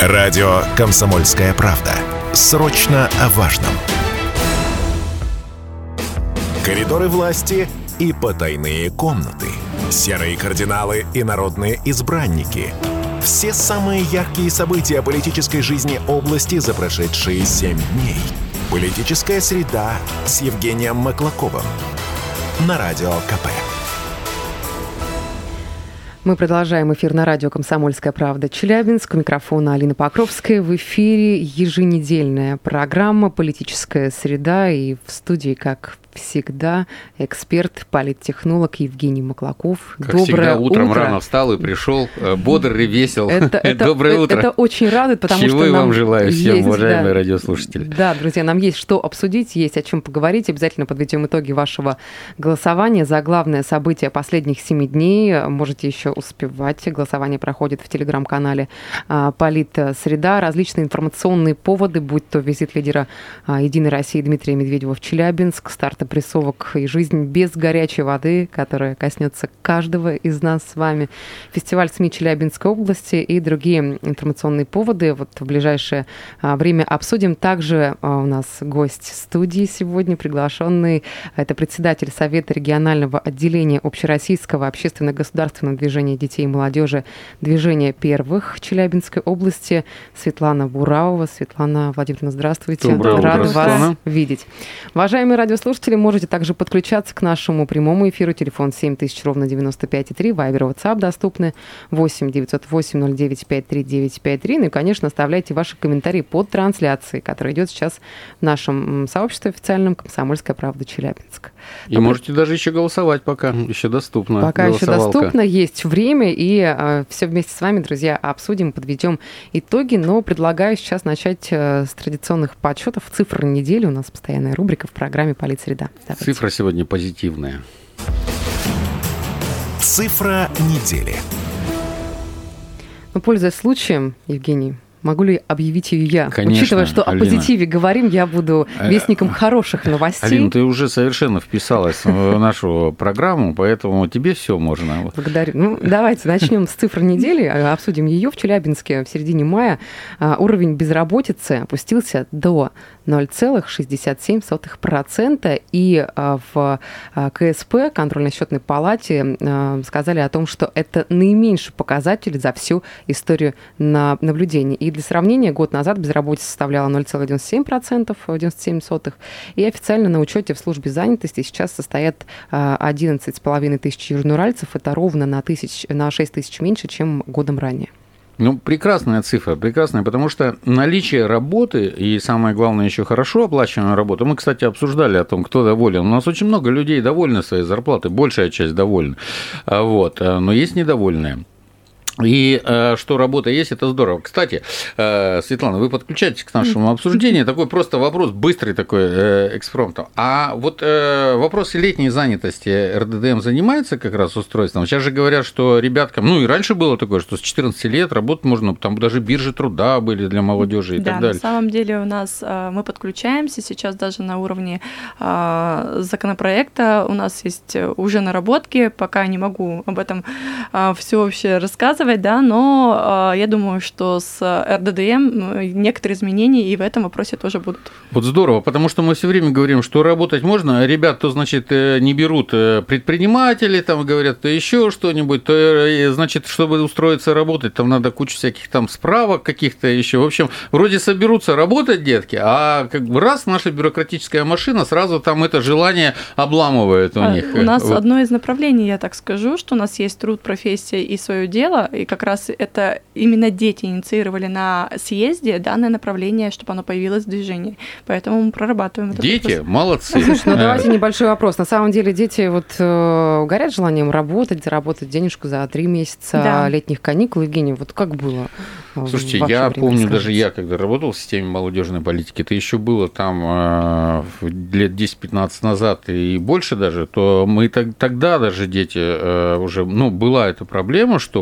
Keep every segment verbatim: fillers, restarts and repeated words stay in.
Радио «Комсомольская правда». Срочно о важном. Коридоры власти и потайные комнаты. Серые кардиналы и народные избранники. Все самые яркие события политической жизни области за прошедшие семь дней. Политическая среда с Евгением Маклаковым. На Радио КП. Мы продолжаем эфир на радио «Комсомольская правда» Челябинск. У микрофона Алина Покровская. В эфире еженедельная программа «Политическая среда». И в студии, как всегда, эксперт, политтехнолог Евгений Маклаков. Как Доброе всегда, утром утро. Рано встал и пришел, бодрый, весел. Это, это, Доброе это, утро. Это очень радует, потому Чего что я нам вам желаю всем, есть, уважаемые да, радиослушатели. Да, друзья, нам есть что обсудить, есть о чем поговорить. Обязательно подведем итоги вашего голосования за главное событие последних семи дней. Можете еще успевать. Голосование проходит в телеграм-канале «Политсреда». Различные информационные поводы, будь то визит лидера «Единой России» Дмитрия Медведева в Челябинск, старт опрессовок и жизнь без горячей воды, которая коснется каждого из нас с вами, фестиваль СМИ Челябинской области и другие информационные поводы. Вот в ближайшее время обсудим. Также у нас гость студии сегодня, приглашенный. Это председатель Совета регионального отделения Общероссийского общественно-государственного движения детей и молодежи «Движение первых» Челябинской области Светлана Бураова. Светлана Владимировна, здравствуйте. Доброе Рада утро, вас Светлана. видеть. Уважаемые радиослушатели, можете также подключаться к нашему прямому эфиру. Телефон семь тысяч ровно девяносто пять и три. Вайбер, WhatsApp доступны восемь девятьсот восемь ноль девять пять три девять пять три. Ну и, конечно, оставляйте ваши комментарии под трансляцией, которая идет сейчас в нашем сообществе официальном «Комсомольская правда» Челябинск. И Добрый... можете даже еще голосовать пока. Еще доступно. Пока еще доступно, есть время, и э, все вместе с вами, друзья, обсудим, подведем итоги. Но предлагаю сейчас начать э, с традиционных подсчетов. Цифры недели. У нас постоянная рубрика в программе «Политсреда». Давайте. Цифра сегодня позитивная. Цифра недели. Ну, пользуясь случаем, Евгений, могу ли объявить ее я? Конечно, Учитывая, что Алина. о позитиве говорим, я буду вестником хороших новостей. Алина, ты уже совершенно вписалась в нашу программу, поэтому тебе все можно. Благодарю. Ну, давайте начнем с цифр недели, обсудим ее. В Челябинске в середине мая уровень безработицы опустился до ноль целых шестьдесят семь сотых процента, и в КСП, контрольно-счетной палате, сказали о том, что это наименьший показатель за всю историю наблюдений. И для сравнения, год назад безработица составляла ноль целых девяносто семь процентов, девяносто семь сотых, и официально на учете в службе занятости сейчас состоят одиннадцать с половиной тысяч южноуральцев. Это ровно на, тысяч, на шесть тысяч меньше, чем годом ранее. Ну, прекрасная цифра, прекрасная, потому что наличие работы и, самое главное, еще хорошо оплачиваемая работа. Мы, кстати, обсуждали о том, кто доволен. У нас очень много людей довольны своей зарплатой, большая часть довольна. Вот. Но есть недовольные. И э, что работа есть, это здорово. Кстати, э, Светлана, вы подключаетесь к нашему обсуждению. Такой просто вопрос, быстрый такой э, экспромтом. А вот э, вопросы летней занятости эр дэ дэ эм занимается как раз устройством? Сейчас же говорят, что ребяткам, ну и раньше было такое, что с четырнадцати лет работать можно, там даже биржи труда были для молодежи и да, так далее. На самом деле у нас мы подключаемся сейчас даже на уровне законопроекта. У нас есть уже наработки, пока не могу об этом все вообще рассказывать. Да, но э, я думаю, что с эр дэ дэ эм некоторые изменения и в этом вопросе тоже будут. Вот здорово, потому что мы все время говорим, что работать можно, а ребят, то, значит, не берут предприниматели, там говорят, то еще что-нибудь, то, значит, чтобы устроиться работать, там надо кучу всяких там справок каких-то еще. В общем, вроде соберутся работать детки, а как бы раз наша бюрократическая машина, сразу там это желание обламывает у а, них. У нас вот. Одно из направлений, я так скажу, что у нас есть труд, профессия и свое дело. И как раз это именно дети инициировали на съезде данное направление, чтобы оно появилось в движении. Поэтому мы прорабатываем это. Дети вопрос. молодцы. Слушай, ну давайте небольшой вопрос. На самом деле дети вот э, горят желанием работать, заработать денежку за три месяца да. летних каникул. Евгений, вот как было? Слушайте, я помню, даже я, когда работал в системе молодежной политики, это еще было там э, лет десять-пятнадцать назад и больше даже, то мы тогда даже дети э, уже, ну, была эта проблема, что количество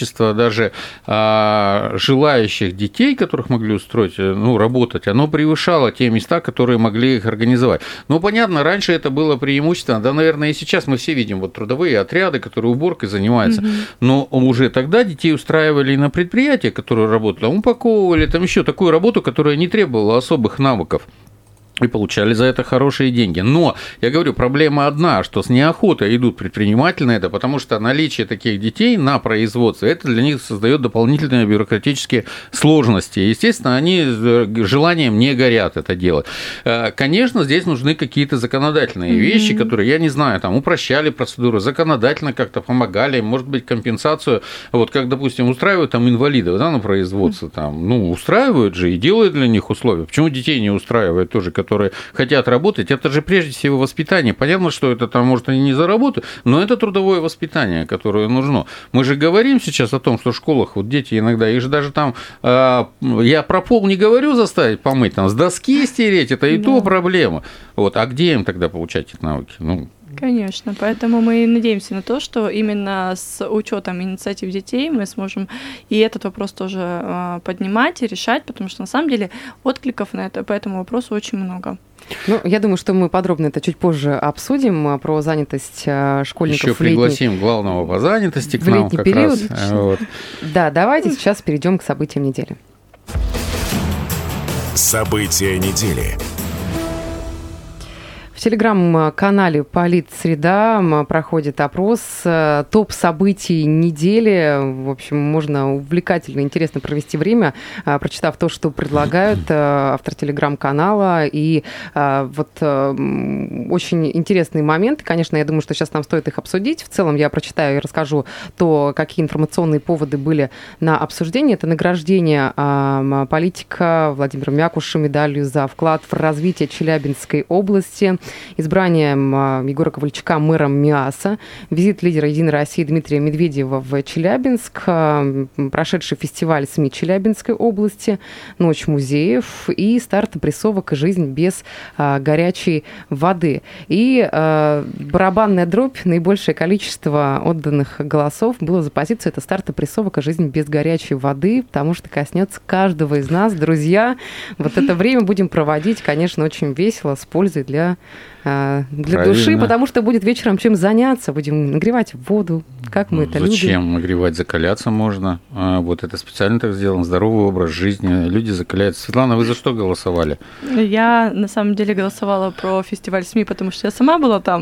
количество даже а, желающих детей, которых могли устроить, ну, работать, оно превышало те места, которые могли их организовать. Ну, понятно, раньше это было преимущественно, да, наверное, и сейчас мы все видим вот трудовые отряды, которые уборкой занимаются, mm-hmm. но уже тогда детей устраивали и на предприятия, которые работали, упаковывали, там еще такую работу, которая не требовала особых навыков. И получали за это хорошие деньги. Но, я говорю, проблема одна, что с неохотой идут предприниматели на это, потому что наличие таких детей на производстве, это для них создает дополнительные бюрократические сложности. Естественно, они желанием не горят это делать. Конечно, здесь нужны какие-то законодательные mm-hmm. вещи, которые, я не знаю, там, упрощали процедуру, законодательно как-то помогали, может быть, компенсацию. Вот как, допустим, устраивают там инвалидов, да, на производство, там, ну, устраивают же и делают для них условия. Почему детей не устраивают тоже, которые хотят работать, это же прежде всего воспитание. Понятно, что это там, может, они не заработают, но это трудовое воспитание, которое нужно. Мы же говорим сейчас о том, что в школах вот дети иногда, их же даже там, э, я про пол не говорю заставить помыть, там, с доски стереть, это и да. то проблема. Вот, а где им тогда получать эти навыки? Ну, конечно, поэтому мы надеемся на то, что именно с учетом инициатив детей мы сможем и этот вопрос тоже поднимать и решать, потому что на самом деле откликов на это по этому вопросу очень много. Ну, я думаю, что мы подробно это чуть позже обсудим, про занятость школьников. Еще пригласим летний... главного по занятости к в нам как период. раз. Вот. Да, давайте сейчас перейдем к событиям недели. События недели. В телеграм-канале «Политсреда» проходит опрос топ событий недели. В общем, можно увлекательно, интересно провести время, прочитав то, что предлагают автор телеграм-канала. И вот очень интересные моменты. Конечно, я думаю, что сейчас нам стоит их обсудить. В целом я прочитаю и расскажу то, какие информационные поводы были на обсуждение. Это награждение политика Владимира Мякуша медалью за вклад в развитие Челябинской области, избрание Егора Ковальчука мэром МИАСа, визит лидера «Единой России» Дмитрия Медведева в Челябинск, прошедший фестиваль СМИ Челябинской области, ночь музеев и старт опрессовок и жизнь без а, горячей воды. И а, барабанная дробь, наибольшее количество отданных голосов было за позицию «это старт опрессовок и жизнь без горячей воды», потому что коснется каждого из нас. Друзья, вот это время будем проводить, конечно, очень весело, с пользой для для Правильно. Души, потому что будет вечером чем заняться. Будем нагревать воду, как мы это Зачем? любим. Зачем нагревать? Закаляться можно. Вот это специально так сделано. Здоровый образ жизни. Люди закаляются. Светлана, вы за что голосовали? Я, на самом деле, голосовала про фестиваль СМИ, потому что я сама была там.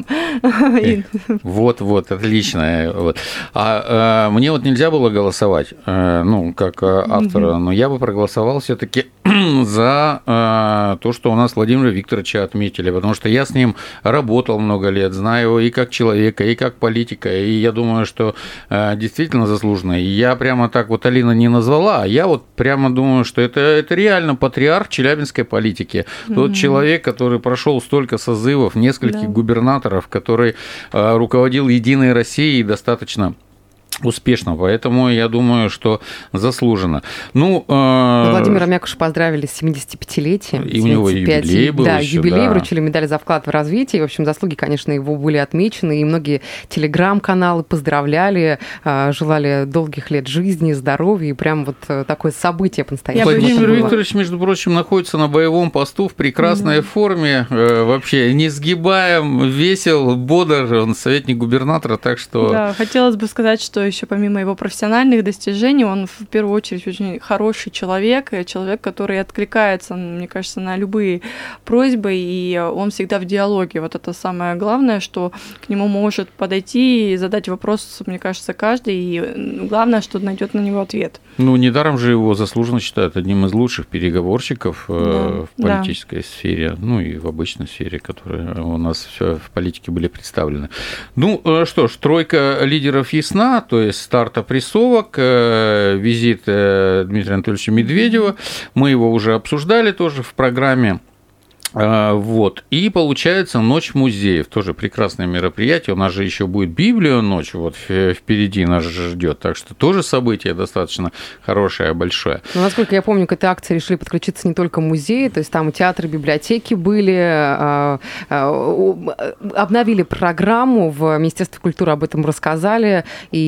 Вот-вот, отлично. Вот. А, а мне вот нельзя было голосовать, ну, как автора, но я бы проголосовал все-таки за а, то, что у нас Владимира Викторовича отметили, потому что я с ним работал много лет, знаю его и как человека, и как политика, и я думаю, что а, действительно заслуженно. И я прямо так вот Алина не назвала, а я вот прямо думаю, что это, это реально патриарх челябинской политики. Тот mm-hmm. человек, который прошел столько созывов, нескольких да. губернаторов, который а, руководил «Единой Россией» достаточно успешно, поэтому я думаю, что заслуженно. Ну, э... Владимира Мякуша поздравили с семидесятипятилетием. И у него юбилей был Да, еще, юбилей, да. вручили медаль за вклад в развитие. В общем, заслуги, конечно, его были отмечены, и многие телеграм-каналы поздравляли, желали долгих лет жизни, здоровья, и прям вот такое событие по-настоящему. Владимир Викторович, между прочим, находится на боевом посту в прекрасной mm-hmm. форме, вообще несгибаем, весел, бодр, он советник губернатора, так что... Да, хотелось бы сказать, что еще помимо его профессиональных достижений, он в первую очередь очень хороший человек, человек, который откликается, мне кажется, на любые просьбы, и он всегда в диалоге. Вот это самое главное, что к нему может подойти и задать вопрос, мне кажется, каждый, и главное, что найдет на него ответ. Ну, недаром же его заслуженно считают одним из лучших переговорщиков да, в политической да. сфере, ну и в обычной сфере, которые у нас все в политике были представлены. Ну, что ж, тройка лидеров ясна, то есть старт опрессовок, визит Дмитрия Анатольевича Медведева. Мы его уже обсуждали тоже в программе. Вот. И получается Ночь музеев. Тоже прекрасное мероприятие. У нас же еще будет Библия ночь. Вот впереди нас ждет. Так что тоже событие достаточно хорошее, большое. Ну, насколько я помню, к этой акции решили подключиться не только музеи, то есть там и театры, библиотеки были, обновили программу, в Министерстве культуры об этом рассказали,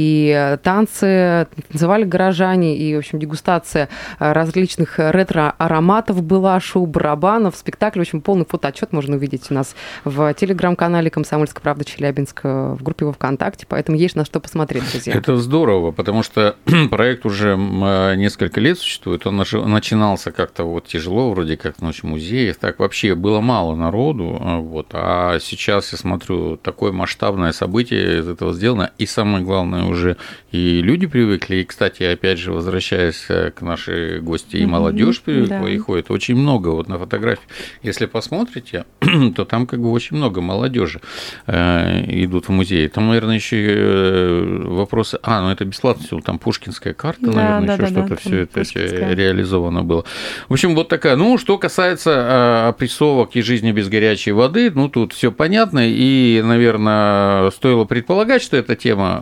и танцы танцевали горожане, и, в общем, дегустация различных ретро-ароматов была, шоу барабанов, спектакль. В общем, полный фотоотчет можно увидеть у нас в телеграм-канале «Комсомольская правда» Челябинск, в группе во ВКонтакте, поэтому есть на что посмотреть, друзья. Это здорово, потому что проект уже несколько лет существует, он начинался как-то вот тяжело, вроде как Ночь музеев, так вообще было мало народу, вот, а сейчас я смотрю, такое масштабное событие из этого сделано, и самое главное, уже и люди привыкли, и, кстати, опять же, возвращаясь к нашей гости, и молодежь привыкла, да. И ходит очень много, вот на фотографии, если посмотрите, то там как бы очень много молодежи э, идут в музей. Там, наверное, еще и вопросы. А, ну это бесплатно все, там Пушкинская карта, да, наверное, да, еще да, что-то да, все это Пушкинская. Реализовано было. В общем, вот такая. Ну, что касается опрессовок и жизни без горячей воды, ну тут все понятно. И, наверное, стоило предполагать, что эта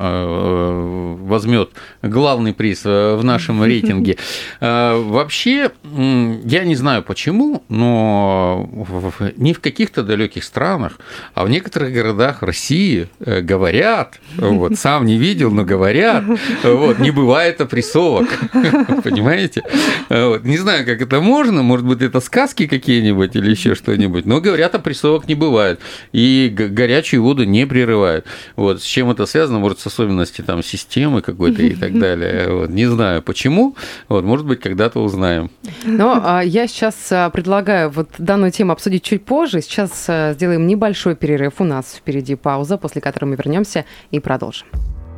тема возьмет главный приз в нашем рейтинге. Вообще, я не знаю почему, но не в каких-то далеких странах, а в некоторых городах России говорят, вот, сам не видел, но говорят, вот, не бывает опрессовок, понимаете? Вот, не знаю, как это можно, может быть, это сказки какие-нибудь или еще что-нибудь, но говорят, опрессовок не бывает, и горячую воду не прерывают. Вот, с чем это связано, может, с особенностью там системы какой-то и так далее, вот, не знаю почему, вот, может быть, когда-то узнаем. Но я сейчас предлагаю вот данную тему обсудить чуть позже. Сейчас сделаем небольшой перерыв. У нас впереди пауза, после которой мы вернемся и продолжим.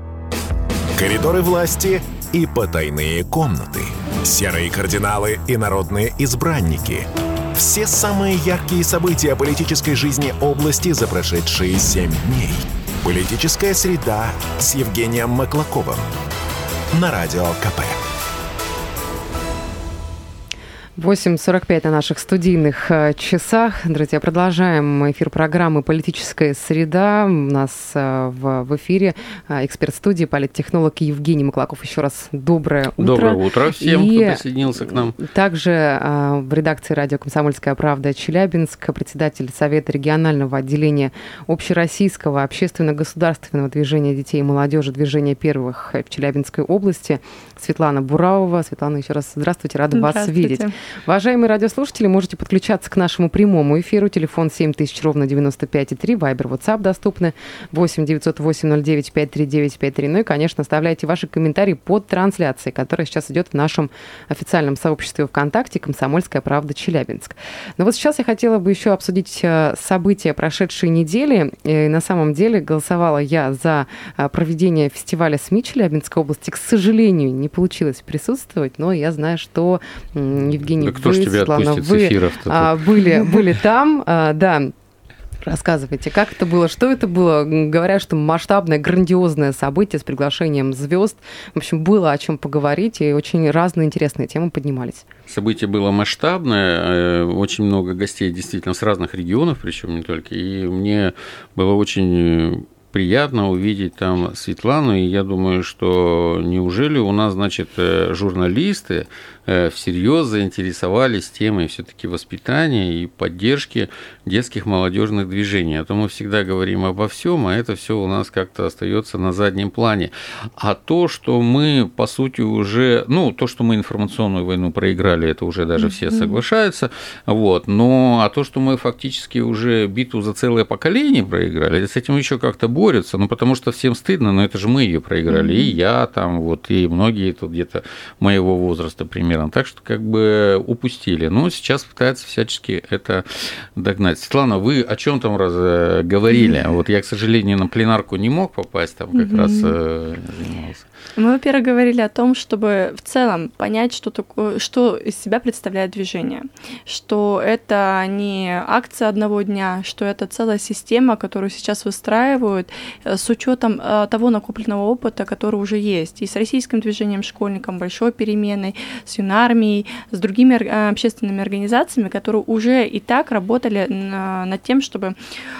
Коридоры власти и потайные комнаты. Серые кардиналы и народные избранники. Все самые яркие события политической жизни области за прошедшие семь дней. Политическая среда с Евгением Маклаковым. На Радио КП. восемь сорок пять на наших студийных часах. Друзья, продолжаем эфир программы «Политическая среда». У нас в, в эфире эксперт студии, политтехнолог Евгений Маклаков. Еще раз доброе утро. Доброе утро всем, и кто присоединился к нам. Также в редакции радио «Комсомольская правда» Челябинск, председатель Совета регионального отделения общероссийского общественно-государственного движения детей и молодежи, движения первых в Челябинской области, Светлана Бураова. Светлана, еще раз здравствуйте, рада вас видеть. Уважаемые радиослушатели, можете подключаться к нашему прямому эфиру. Телефон семь тысяч ровно девяносто пять и три. Вайбер, WhatsApp доступны. восемь девятьсот восемь ноль девять пять три девять пять три. Ну и, конечно, оставляйте ваши комментарии под трансляцией, которая сейчас идет в нашем официальном сообществе ВКонтакте «Комсомольская правда Челябинск». Но вот сейчас я хотела бы еще обсудить события прошедшей недели. И на самом деле голосовала я за проведение фестиваля СМИ Челябинской области. К сожалению, не получилось присутствовать, но я знаю, что Евгений, да кто вы, ж тебя Светлана, отпустит вы с эфиров-то а, были, были там, а, да. Рассказывайте, как это было, что это было? Говорят, что масштабное, грандиозное событие с приглашением звезд. В общем, было о чем поговорить, и очень разные интересные темы поднимались. Событие было масштабное, очень много гостей действительно с разных регионов, причем не только. И мне было очень приятно увидеть там Светлану, и я думаю, что неужели у нас, значит, журналисты всерьез заинтересовались темой все-таки воспитания и поддержки детских молодежных движений. А то мы всегда говорим обо всем, а это все у нас как-то остается на заднем плане. А то, что мы, по сути, уже, ну, то, что мы информационную войну проиграли, это уже даже все соглашаются, вот, но а то, что мы фактически уже битву за целое поколение проиграли, с этим еще как-то борются, ну, потому что всем стыдно, но это же мы ее проиграли, и я там, вот, и многие тут где-то моего возраста примерно. Так что как бы упустили. Но сейчас пытаются всячески это догнать. Светлана, вы о чем там раз говорили? Вот я, к сожалению, на пленарку не мог попасть, там как mm-hmm. раз занимался. Мы, во-первых, говорили о том, чтобы в целом понять, что такое, что из себя представляет движение, что это не акция одного дня, что это целая система, которую сейчас выстраивают с учетом того накопленного опыта, который уже есть, и с российским движением школьникам, большой переменой, с юнармией, с другими общественными организациями, которые уже и так работали над тем, чтобы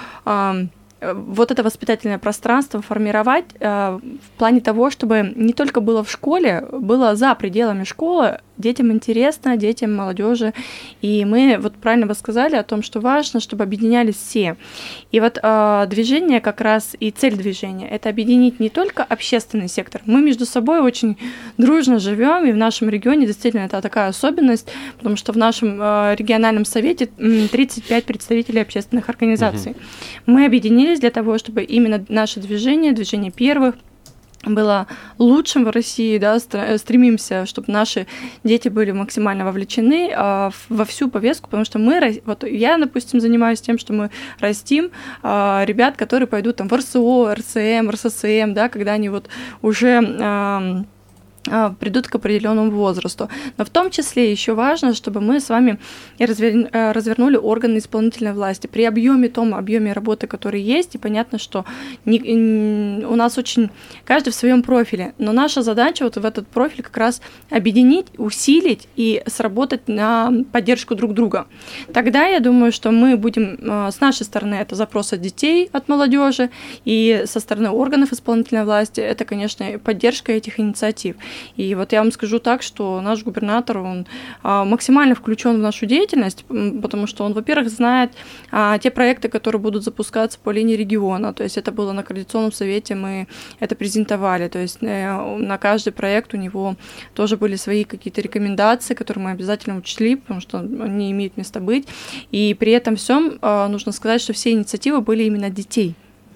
вот это воспитательное пространство формировать э, в плане того, чтобы не только было в школе, было за пределами школы, детям интересно, детям, молодежи. И мы, вот правильно вы сказали о том, что важно, чтобы объединялись все. И вот э, движение как раз и цель движения – это объединить не только общественный сектор. Мы между собой очень дружно живем, и в нашем регионе действительно это такая особенность, потому что в нашем э, региональном совете тридцать пять представителей общественных организаций. Угу. Мы объединились для того, чтобы именно наше движение, движение первых, было лучшим в России, да, стремимся, чтобы наши дети были максимально вовлечены а, во всю повестку, потому что мы, вот я, допустим, занимаюсь тем, что мы растим а, ребят, которые пойдут там в эр эс о, эр эс эм, эр эс эс эм, да, когда они вот уже а, придут к определенному возрасту. Но в том числе еще важно, чтобы мы с вами развернули органы исполнительной власти при объеме, том объеме работы, который есть, и понятно, что не, у нас очень каждый в своем профиле, но наша задача вот в этот профиль как раз объединить, усилить и сработать на поддержку друг друга. Тогда я думаю, что мы будем с нашей стороны это запрос от детей, от молодежи, и со стороны органов исполнительной власти это, конечно, поддержка этих инициатив. И вот я вам скажу так, что наш губернатор, он максимально включен в нашу деятельность, потому что он, во-первых, знает те проекты, которые будут запускаться по линии региона. То есть это было на Координационном совете, мы это презентовали. То есть на каждый проект у него тоже были свои какие-то рекомендации, которые мы обязательно учли, потому что они имеют место быть. И при этом всем нужно сказать, что все инициативы были именно детей.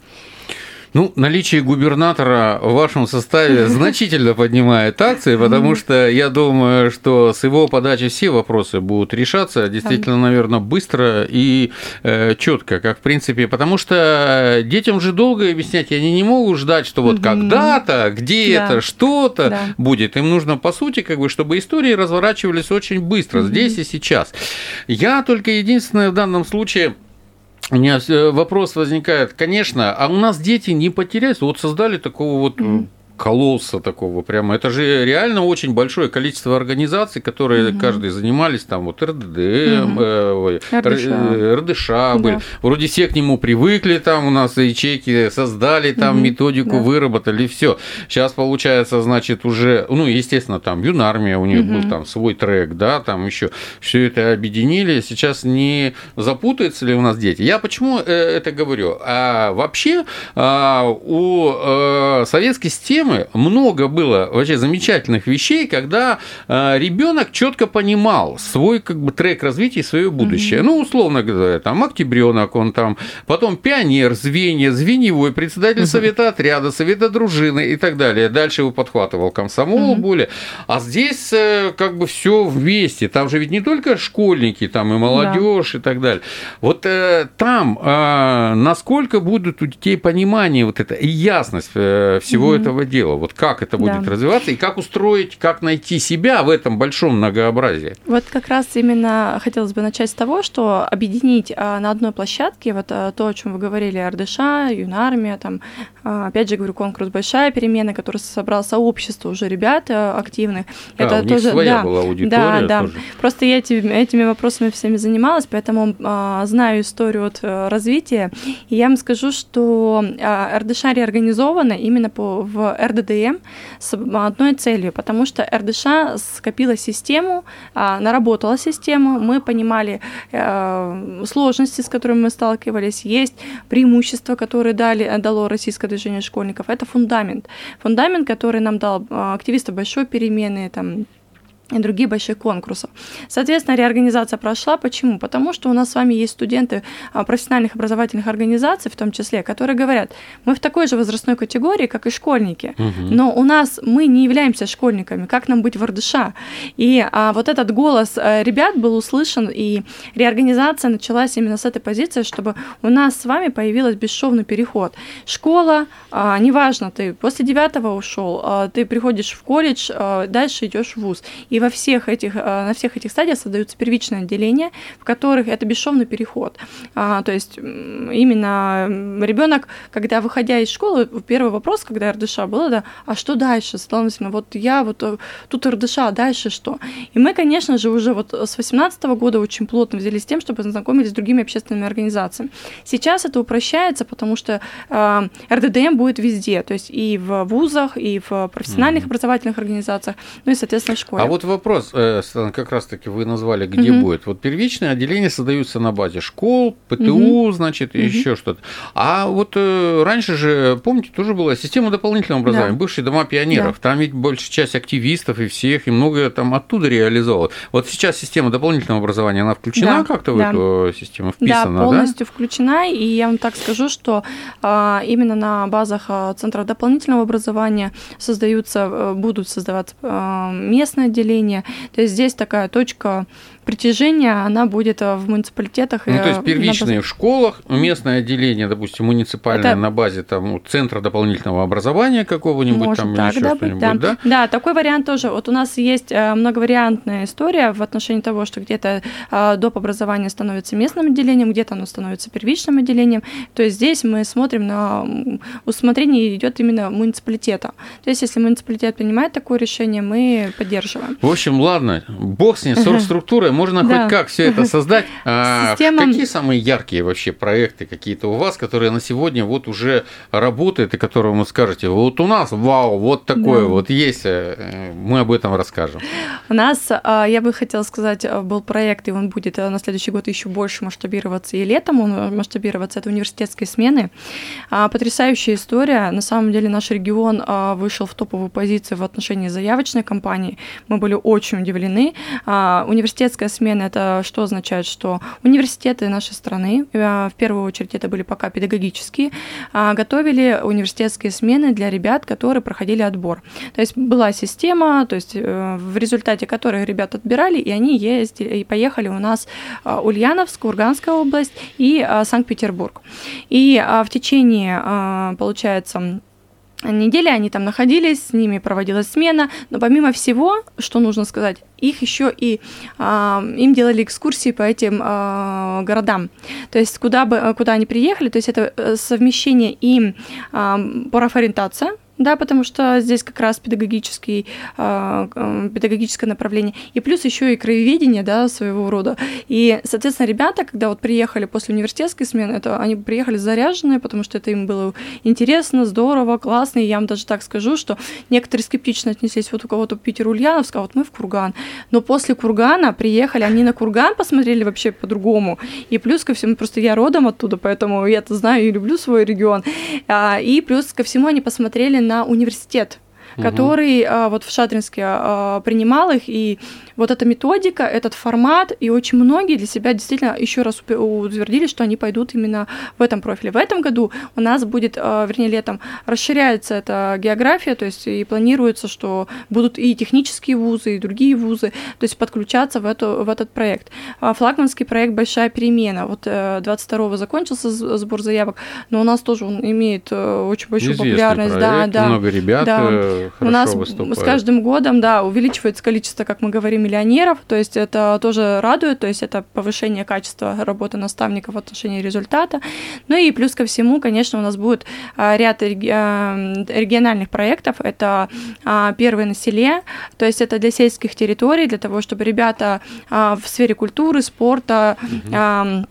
Ну, наличие губернатора в вашем составе значительно поднимает акции, потому что я думаю, что с его подачи все вопросы будут решаться действительно, наверное, быстро и э, четко, как в принципе, потому что детям же долго объяснять, они не могут ждать, что вот когда-то, где-то, да. что-то да. будет. Им нужно, по сути, как бы, чтобы истории разворачивались очень быстро, здесь и сейчас. Я только единственное в данном случае... У меня вопрос возникает, конечно, а у нас дети не потеряются, вот создали такого вот mm-hmm. колосса такого прямо, это же реально очень большое количество организаций, которые mm-hmm. каждый занимались, там вот эр дэ дэ эм, mm-hmm. э, эр дэ ша, эр дэ ша были, да. вроде все к нему привыкли, там у нас ячейки создали, там mm-hmm. методику да. выработали, все. Сейчас получается, значит, уже, ну, естественно, там юнармия, у них mm-hmm. был там свой трек, да, там еще все это объединили, сейчас не запутаются ли у нас дети? Я почему это говорю? А вообще у советской системы много было вообще замечательных вещей, когда э, ребенок четко понимал свой как бы трек развития и свое будущее. Mm-hmm. Ну, условно говоря, там октябренок, он там, потом пионер, звенья, звеньевой, председатель mm-hmm. совета отряда, совета дружины и так далее. Дальше его подхватывал комсомол mm-hmm. более. А здесь э, как бы все вместе. Там же ведь не только школьники, там и молодежь yeah. и так далее. Вот э, там э, насколько будут у детей понимание вот это и ясность э, всего mm-hmm. этого дела. Вот как это будет да. развиваться и как устроить, как найти себя в этом большом многообразии. Вот как раз именно хотелось бы начать с того, что объединить на одной площадке вот то, о чем вы говорили, эр дэ ша, юнармия, там, опять же говорю, конкурс «Большая перемена», который собрал сообщество уже ребят активных. А, это у них тоже своя да, была аудитория. Да, да. Тоже. Просто я этими, этими вопросами всеми занималась, поэтому а, знаю историю от развития. И я вам скажу, что эр дэ ша реорганизована именно по, в эр дэ дэ эм с одной целью, потому что эр дэ ша скопила систему, наработала систему, мы понимали сложности, с которыми мы сталкивались, есть преимущества, которые дали, дало российское движение школьников, это фундамент. Фундамент, который нам дал активисты большой перемены, там, и других больших конкурсов. Соответственно, реорганизация прошла. Почему? Потому что у нас с вами есть студенты профессиональных образовательных организаций, в том числе, которые говорят, мы в такой же возрастной категории, как и школьники, угу. но у нас мы не являемся школьниками, как нам быть в эр дэ ша? И а, вот этот голос ребят был услышан, и реорганизация началась именно с этой позиции, чтобы у нас с вами появился бесшовный переход. Школа, а, неважно, ты после девятого ушел, а, ты приходишь в колледж, а, дальше идешь в вуз. И во всех этих, на всех этих стадиях создаются первичные отделения, в которых это бесшовный переход. А, то есть именно ребенок, когда, выходя из школы, первый вопрос, когда эр дэ ша было, да, а что дальше, Светлана Васильевна, вот я вот тут эр дэ ша, а дальше что? И мы, конечно же, уже вот с восемнадцатого года очень плотно взялись с тем, чтобы познакомились с другими общественными организациями. Сейчас это упрощается, потому что э, эр дэ дэ эм будет везде, то есть и в вузах, и в профессиональных mm-hmm. образовательных организациях, ну и, соответственно, в школе. А вот вопрос, как раз-таки вы назвали, где угу. будет. Вот первичные отделения создаются на базе школ, пэ тэ у, угу. значит, и угу. еще что-то. А вот раньше же, помните, тоже была система дополнительного образования, да. бывшие дома пионеров. Да. Там ведь большая часть активистов и всех, и многое там оттуда реализовывалось. Вот сейчас система дополнительного образования, она включена да. как-то в да. эту систему, вписана, да? полностью да? включена, и я вам так скажу, что а, именно на базах а, центров дополнительного образования создаются, будут создаваться а, местные отделения. То есть здесь такая точка притяжения, она будет в муниципалитетах. Ну, то есть первичные базе... в школах, местное отделение, допустим, муниципальное это... на базе там, центра дополнительного образования какого-нибудь Может там так, или еще да, что-нибудь, да. да? Да, такой вариант тоже. Вот у нас есть многовариантная история в отношении того, что где-то доп. Образование становится местным отделением, где-то оно становится первичным отделением. То есть здесь мы смотрим на усмотрение идет именно муниципалитета. То есть если муниципалитет принимает такое решение, мы поддерживаем. В общем, ладно, бог с ней, с структурой, можно да. хоть как все это создать. Система... Какие самые яркие вообще проекты какие-то у вас, которые на сегодня вот уже работают, и которые вы скажете, вот у нас, вау, вот такое да. вот есть, мы об этом расскажем. У нас, я бы хотела сказать, был проект, и он будет на следующий год еще больше масштабироваться, и летом он масштабироваться, это университетские смены. Потрясающая история. На самом деле наш регион вышел в топовую позицию в отношении заявочной кампании. Мы были очень удивлены. Университетская смена – это что означает? Что университеты нашей страны, в первую очередь это были пока педагогические, готовили университетские смены для ребят, которые проходили отбор. То есть была система, то есть в результате которой ребят отбирали, и они ездили, и поехали у нас Ульяновск, Курганская область и Санкт-Петербург. И в течение, получается, недели они там находились, с ними проводилась смена, но помимо всего, что нужно сказать, их еще и а, им делали экскурсии по этим а, городам. То есть куда бы куда они приехали, то есть это совмещение и а, профориентация, да, потому что здесь как раз педагогический, э, педагогическое направление, и плюс еще и краеведение, да, своего рода. И, соответственно, ребята, когда вот приехали после университетской смены, это они приехали заряженные, потому что это им было интересно, здорово, классно, и я вам даже так скажу, что некоторые скептично отнеслись, вот у кого-то Питер, Ульяновск, а вот мы в Курган. Но после Кургана приехали, они на Курган посмотрели вообще по-другому, и плюс ко всему, просто я родом оттуда, поэтому я это знаю и люблю свой регион, и плюс ко всему они посмотрели на на университет, который угу. вот в Шадринске принимал их, и вот эта методика, этот формат, и очень многие для себя действительно еще раз утвердили, что они пойдут именно в этом профиле. В этом году у нас будет, вернее, летом расширяется эта география, то есть и планируется, что будут и технические вузы, и другие вузы, то есть подключаться в, эту, в этот проект. Флагманский проект «Большая перемена». Вот двадцать второго закончился сбор заявок, но у нас тоже он имеет очень большую известный популярность. Проект, да, много да, ребят да. хорошо у нас выступают. С каждым годом, да, увеличивается количество, как мы говорим, миллионеров, то есть это тоже радует, то есть это повышение качества работы наставников в отношении результата. Ну и плюс ко всему, конечно, у нас будет ряд региональных проектов. Это «Первый на селе», то есть это для сельских территорий, для того, чтобы ребята в сфере культуры, спорта, угу.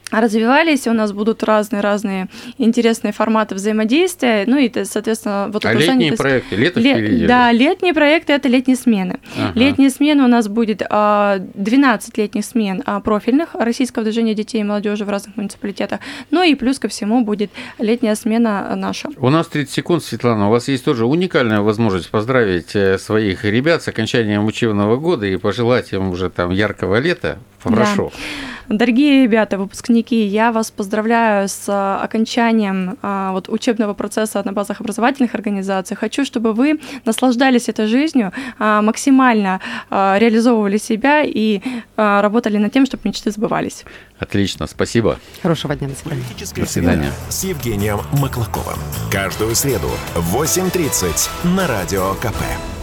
развивались, у нас будут разные-разные интересные форматы взаимодействия, ну и, соответственно, вот а это летние занятость... проекты, лето Ле... впереди. Да, летние проекты – это летние смены. Ага. Летние смены у нас будет двенадцать летних смен профильных Российского движения детей и молодежи в разных муниципалитетах, ну и плюс ко всему будет летняя смена наша. У нас тридцать секунд, Светлана, у вас есть тоже уникальная возможность поздравить своих ребят с окончанием учебного года и пожелать им уже там яркого лета. Прошу. Да. Дорогие ребята, выпускники, я вас поздравляю с окончанием а, вот, учебного процесса на базах образовательных организаций. Хочу, чтобы вы наслаждались этой жизнью, а, максимально а, реализовывали себя и а, работали над тем, чтобы мечты сбывались. Отлично, спасибо. Хорошего дня, до свидания. До свидания. С Евгением Маклаковым. Каждую среду в восемь тридцать на Радио КП.